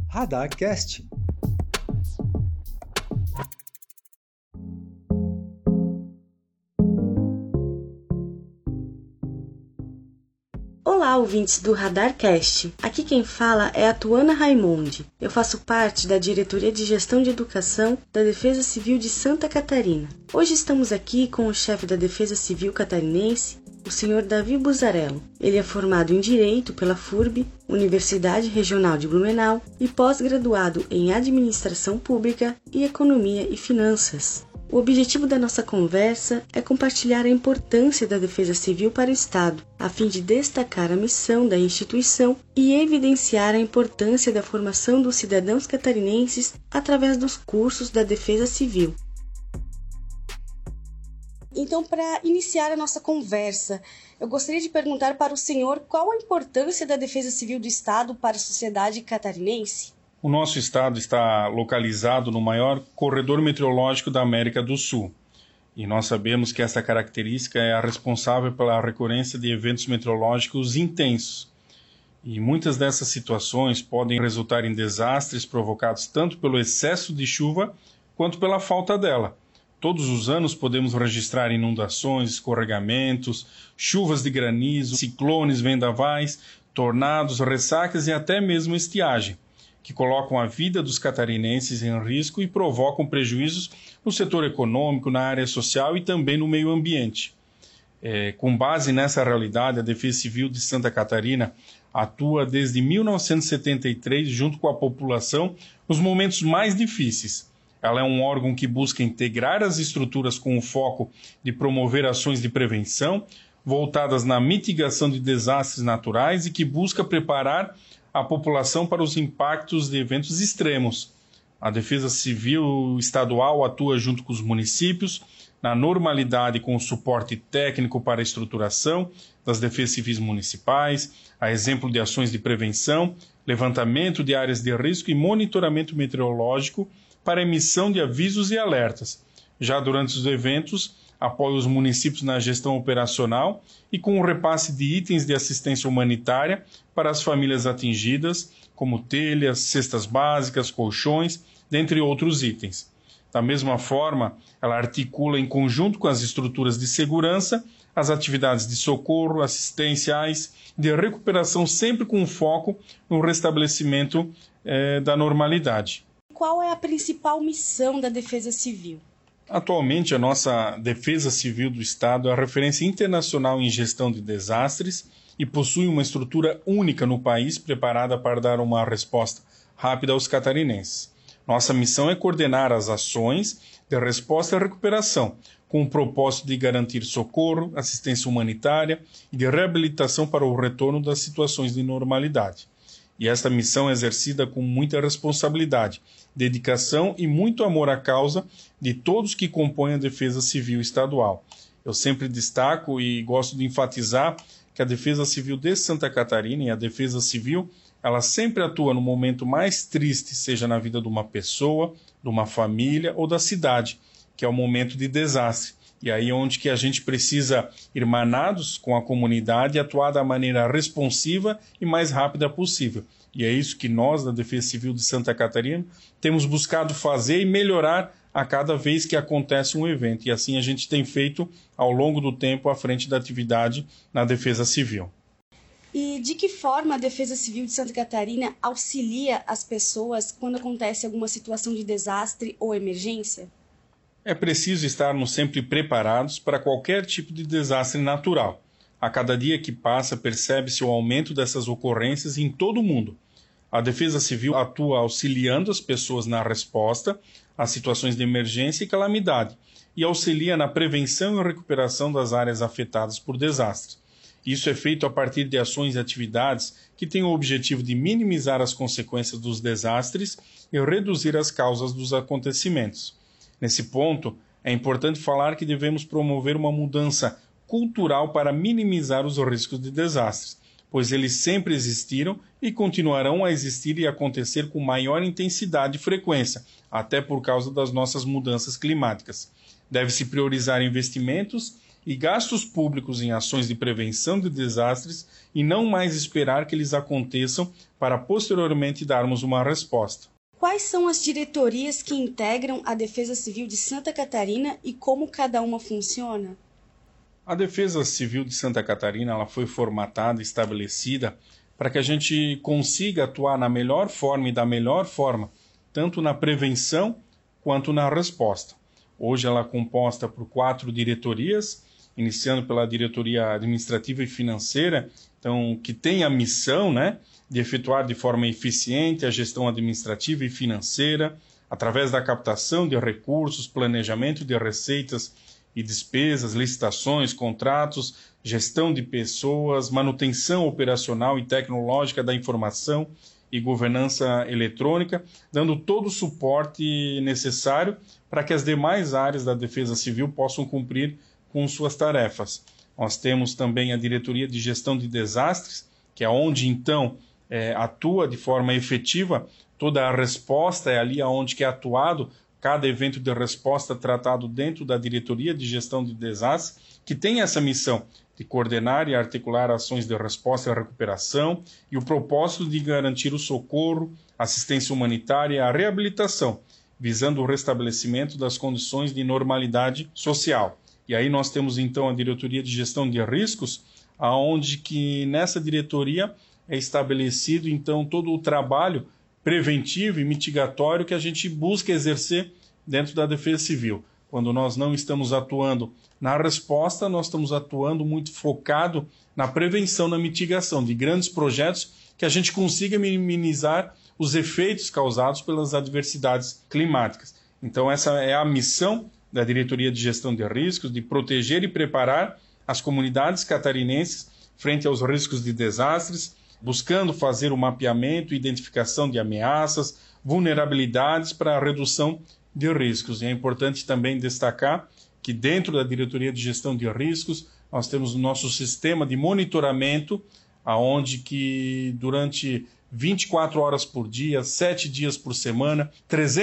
RadarCast. Olá, ouvintes do RadarCast. Aqui quem fala é a Tuana Raimondi. Eu faço parte da Diretoria de Gestão de Educação da Defesa Civil de Santa Catarina. Hoje estamos aqui com o chefe da Defesa Civil catarinense, o Sr. Davi Buzzarello. Ele é formado em Direito pela FURB, Universidade Regional de Blumenau, e pós-graduado em Administração Pública e Economia e Finanças. O objetivo da nossa conversa é compartilhar a importância da Defesa Civil para o Estado, a fim de destacar a missão da instituição e evidenciar a importância da formação dos cidadãos catarinenses através dos cursos da Defesa Civil. Então, para iniciar a nossa conversa, eu gostaria de perguntar para o senhor qual a importância da Defesa Civil do Estado para a sociedade catarinense? O nosso estado está localizado no maior corredor meteorológico da América do Sul. E nós sabemos que essa característica é a responsável pela recorrência de eventos meteorológicos intensos. E muitas dessas situações podem resultar em desastres provocados tanto pelo excesso de chuva quanto pela falta dela. Todos os anos podemos registrar inundações, escorregamentos, chuvas de granizo, ciclones, vendavais, tornados, ressacas e até mesmo estiagem, que colocam a vida dos catarinenses em risco e provocam prejuízos no setor econômico, na área social e também no meio ambiente. Com base nessa realidade, a Defesa Civil de Santa Catarina atua desde 1973 junto com a população nos momentos mais difíceis. Ela é um órgão que busca integrar as estruturas com o foco de promover ações de prevenção voltadas na mitigação de desastres naturais e que busca preparar a população para os impactos de eventos extremos. A Defesa Civil Estadual atua junto com os municípios, na normalidade com o suporte técnico para a estruturação das defesas civis municipais, a exemplo de ações de prevenção, levantamento de áreas de risco e monitoramento meteorológico para emissão de avisos e alertas. Já durante os eventos, apoia os municípios na gestão operacional e com o repasse de itens de assistência humanitária para as famílias atingidas, como telhas, cestas básicas, colchões, dentre outros itens. Da mesma forma, ela articula em conjunto com as estruturas de segurança as atividades de socorro, assistenciais, de recuperação, sempre com foco no restabelecimento da normalidade. Qual é a principal missão da Defesa Civil? Atualmente, a nossa Defesa Civil do Estado é a referência internacional em gestão de desastres e possui uma estrutura única no país preparada para dar uma resposta rápida aos catarinenses. Nossa missão é coordenar as ações de resposta e recuperação, com o propósito de garantir socorro, assistência humanitária e de reabilitação para o retorno das situações de normalidade. E esta missão é exercida com muita responsabilidade, dedicação e muito amor à causa de todos que compõem a Defesa Civil Estadual. Eu sempre destaco e gosto de enfatizar que a Defesa Civil de Santa Catarina e a Defesa Civil, ela sempre atua no momento mais triste, seja na vida de uma pessoa, de uma família ou da cidade, que é o momento de desastre. E aí é onde que a gente precisa, irmanados com a comunidade, atuar da maneira responsiva e mais rápida possível. E é isso que nós, da Defesa Civil de Santa Catarina, temos buscado fazer e melhorar a cada vez que acontece um evento. E assim a gente tem feito ao longo do tempo à frente da atividade na Defesa Civil. E de que forma a Defesa Civil de Santa Catarina auxilia as pessoas quando acontece alguma situação de desastre ou emergência? É preciso estarmos sempre preparados para qualquer tipo de desastre natural. A cada dia que passa, percebe-se o aumento dessas ocorrências em todo o mundo. A Defesa Civil atua auxiliando as pessoas na resposta às situações de emergência e calamidade e auxilia na prevenção e recuperação das áreas afetadas por desastres. Isso é feito a partir de ações e atividades que têm o objetivo de minimizar as consequências dos desastres e reduzir as causas dos acontecimentos. Nesse ponto, é importante falar que devemos promover uma mudança cultural para minimizar os riscos de desastres, pois eles sempre existiram e continuarão a existir e acontecer com maior intensidade e frequência, até por causa das nossas mudanças climáticas. Deve-se priorizar investimentos e gastos públicos em ações de prevenção de desastres e não mais esperar que eles aconteçam para posteriormente darmos uma resposta. Quais são as diretorias que integram a Defesa Civil de Santa Catarina e como cada uma funciona? A Defesa Civil de Santa Catarina ela foi formatada, estabelecida, para que a gente consiga atuar na melhor forma e da melhor forma, tanto na prevenção quanto na resposta. Hoje ela é composta por 4 diretorias, iniciando pela Diretoria Administrativa e Financeira, então, que tem a missão, de efetuar de forma eficiente a gestão administrativa e financeira, através da captação de recursos, planejamento de receitas e despesas, licitações, contratos, gestão de pessoas, manutenção operacional e tecnológica da informação e governança eletrônica, dando todo o suporte necessário para que as demais áreas da Defesa Civil possam cumprir com suas tarefas. Nós temos também a Diretoria de Gestão de Desastres, que é onde, então, atua de forma efetiva toda a resposta, é ali onde que é atuado cada evento de resposta tratado dentro da Diretoria de Gestão de Desastres, que tem essa missão de coordenar e articular ações de resposta e recuperação e o propósito de garantir o socorro, assistência humanitária e a reabilitação, visando o restabelecimento das condições de normalidade social. E aí nós temos então a Diretoria de Gestão de Riscos, aonde que nessa diretoria é estabelecido então todo o trabalho preventivo e mitigatório que a gente busca exercer dentro da Defesa Civil. Quando nós não estamos atuando na resposta, nós estamos atuando muito focado na prevenção, na mitigação de grandes projetos que a gente consiga minimizar os efeitos causados pelas adversidades climáticas. Então essa é a missão da Diretoria de Gestão de Riscos, de proteger e preparar as comunidades catarinenses frente aos riscos de desastres, buscando fazer o mapeamento e identificação de ameaças, vulnerabilidades para a redução de riscos. E é importante também destacar que dentro da Diretoria de Gestão de Riscos nós temos o nosso sistema de monitoramento, aonde que durante 24 horas por dia, 7 dias por semana,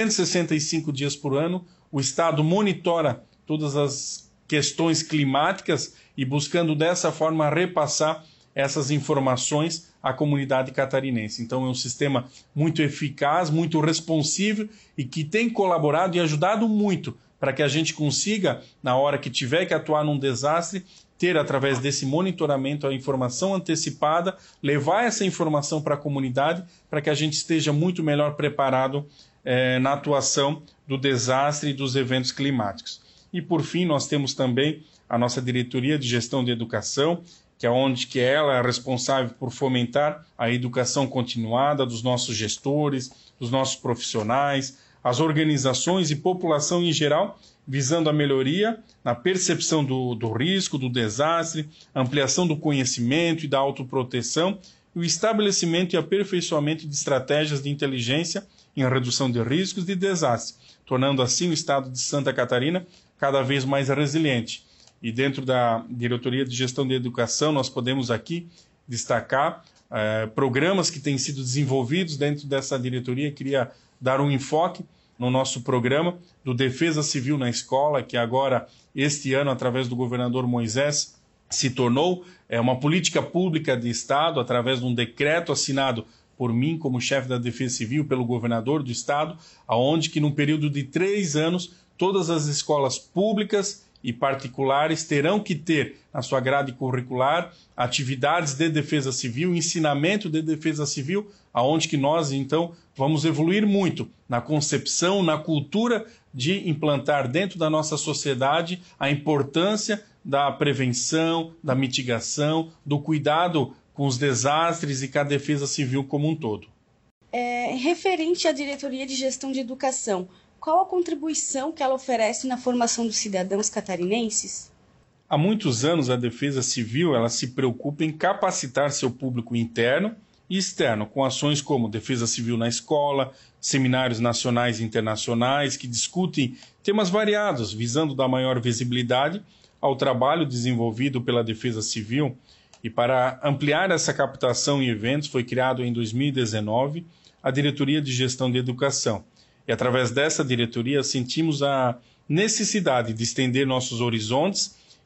365 dias por ano, o Estado monitora todas as questões climáticas e buscando dessa forma repassar essas informações à comunidade catarinense. Então é um sistema muito eficaz, muito responsivo e que tem colaborado e ajudado muito para que a gente consiga, na hora que tiver que atuar num desastre, ter através desse monitoramento a informação antecipada, levar essa informação para a comunidade para que a gente esteja muito melhor preparado na atuação do desastre e dos eventos climáticos. E por fim nós temos também a nossa Diretoria de Gestão de Educação, que é onde que ela é responsável por fomentar a educação continuada dos nossos gestores, dos nossos profissionais, as organizações e população em geral, visando a melhoria na percepção do risco, do desastre, ampliação do conhecimento e da autoproteção, e o estabelecimento e aperfeiçoamento de estratégias de inteligência em redução de riscos de desastres, tornando assim o estado de Santa Catarina cada vez mais resiliente. E dentro da Diretoria de Gestão de Educação, nós podemos aqui destacar programas que têm sido desenvolvidos dentro dessa diretoria. Queria dar um enfoque no nosso programa do Defesa Civil na Escola, que agora, este ano, através do governador Moisés, se tornou uma política pública de Estado, através de um decreto assinado por mim, como chefe da Defesa Civil, pelo governador do Estado, aonde que, num período de 3 anos, todas as escolas públicas e particulares terão que ter na sua grade curricular atividades de defesa civil, ensinamento de defesa civil, aonde que nós então vamos evoluir muito na concepção, na cultura de implantar dentro da nossa sociedade a importância da prevenção, da mitigação, do cuidado com os desastres e com a defesa civil como um todo. Referente à Diretoria de Gestão de Educação, qual a contribuição que ela oferece na formação dos cidadãos catarinenses? Há muitos anos a Defesa Civil ela se preocupa em capacitar seu público interno e externo, com ações como Defesa Civil na Escola, seminários nacionais e internacionais que discutem temas variados, visando dar maior visibilidade ao trabalho desenvolvido pela Defesa Civil. E para ampliar essa captação em eventos, foi criado em 2019 a Diretoria de Gestão de Educação. E através dessa diretoria sentimos a necessidade de estender nossos horizontes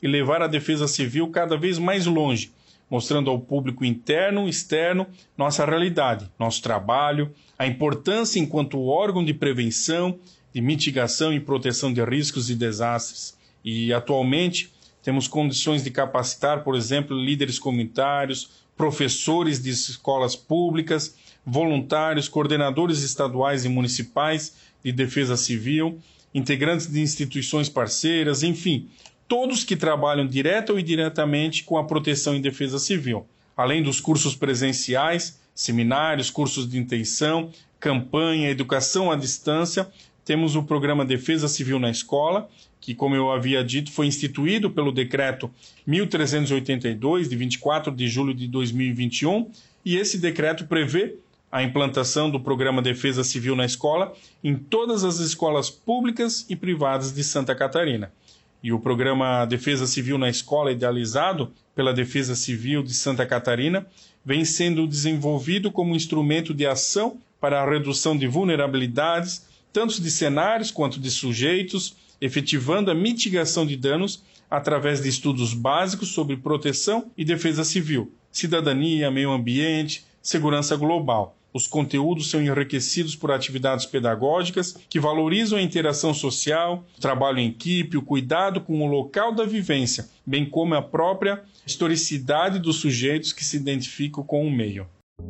e levar a defesa civil cada vez mais longe, mostrando ao público interno e externo nossa realidade, nosso trabalho, a importância enquanto órgão de prevenção, de mitigação e proteção de riscos e desastres. E, atualmente, temos condições de capacitar, por exemplo, líderes comunitários, professores de escolas públicas, voluntários, coordenadores estaduais e municipais de defesa civil, integrantes de instituições parceiras, enfim, todos que trabalham direta ou indiretamente com a proteção e defesa civil. Além dos cursos presenciais, seminários, cursos de intenção, campanha, educação à distância, temos o programa Defesa Civil na Escola, que, como eu havia dito, foi instituído pelo Decreto 1382, de 24 de julho de 2021, e esse decreto prevê a implantação do programa Defesa Civil na Escola em todas as escolas públicas e privadas de Santa Catarina. E o programa Defesa Civil na Escola, idealizado pela Defesa Civil de Santa Catarina, vem sendo desenvolvido como instrumento de ação para a redução de vulnerabilidades, tanto de cenários quanto de sujeitos, efetivando a mitigação de danos através de estudos básicos sobre proteção e defesa civil, cidadania, meio ambiente, segurança global. Os conteúdos são enriquecidos por atividades pedagógicas que valorizam a interação social, o trabalho em equipe, o cuidado com o local da vivência, bem como a própria historicidade dos sujeitos que se identificam com o meio.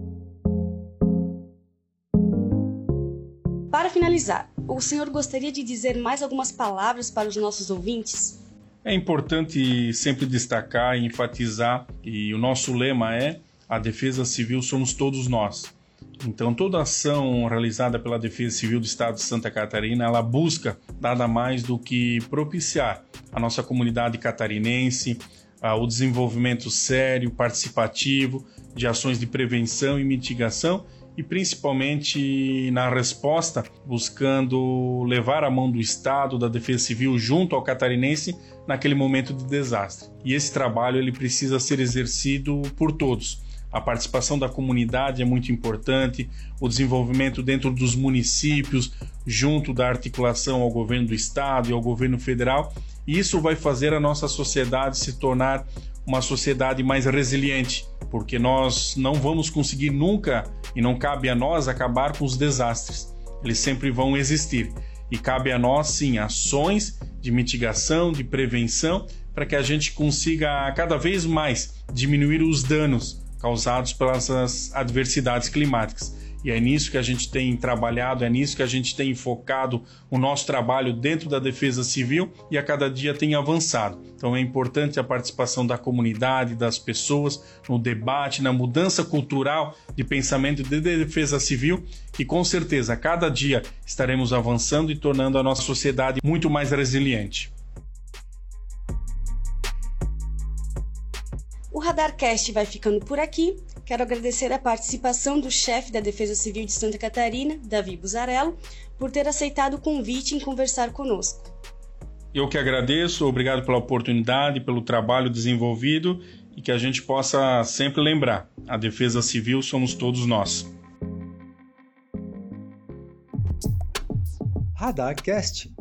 Para finalizar, o senhor gostaria de dizer mais algumas palavras para os nossos ouvintes? É importante sempre destacar e enfatizar que o nosso lema é: a defesa civil somos todos nós. Então, toda ação realizada pela Defesa Civil do Estado de Santa Catarina, ela busca nada mais do que propiciar a nossa comunidade catarinense, o desenvolvimento sério, participativo de ações de prevenção e mitigação, e principalmente na resposta, buscando levar a mão do Estado, da Defesa Civil, junto ao catarinense naquele momento de desastre. E esse trabalho ele precisa ser exercido por todos. A participação da comunidade é muito importante, o desenvolvimento dentro dos municípios, junto da articulação ao governo do Estado e ao governo federal. E isso vai fazer a nossa sociedade se tornar uma sociedade mais resiliente, porque nós não vamos conseguir nunca, e não cabe a nós, acabar com os desastres. Eles sempre vão existir. E cabe a nós, sim, ações de mitigação, de prevenção, para que a gente consiga cada vez mais diminuir os danos causados pelas adversidades climáticas. E é nisso que a gente tem trabalhado, é nisso que a gente tem focado o nosso trabalho dentro da Defesa Civil e a cada dia tem avançado. Então é importante a participação da comunidade, das pessoas no debate, na mudança cultural de pensamento de defesa civil, que com certeza a cada dia estaremos avançando e tornando a nossa sociedade muito mais resiliente. O Radarcast vai ficando por aqui. Quero agradecer a participação do chefe da Defesa Civil de Santa Catarina, Davi Buzzarello, por ter aceitado o convite em conversar conosco. Eu que agradeço, obrigado pela oportunidade, pelo trabalho desenvolvido e que a gente possa sempre lembrar, a Defesa Civil somos todos nós. Radarcast.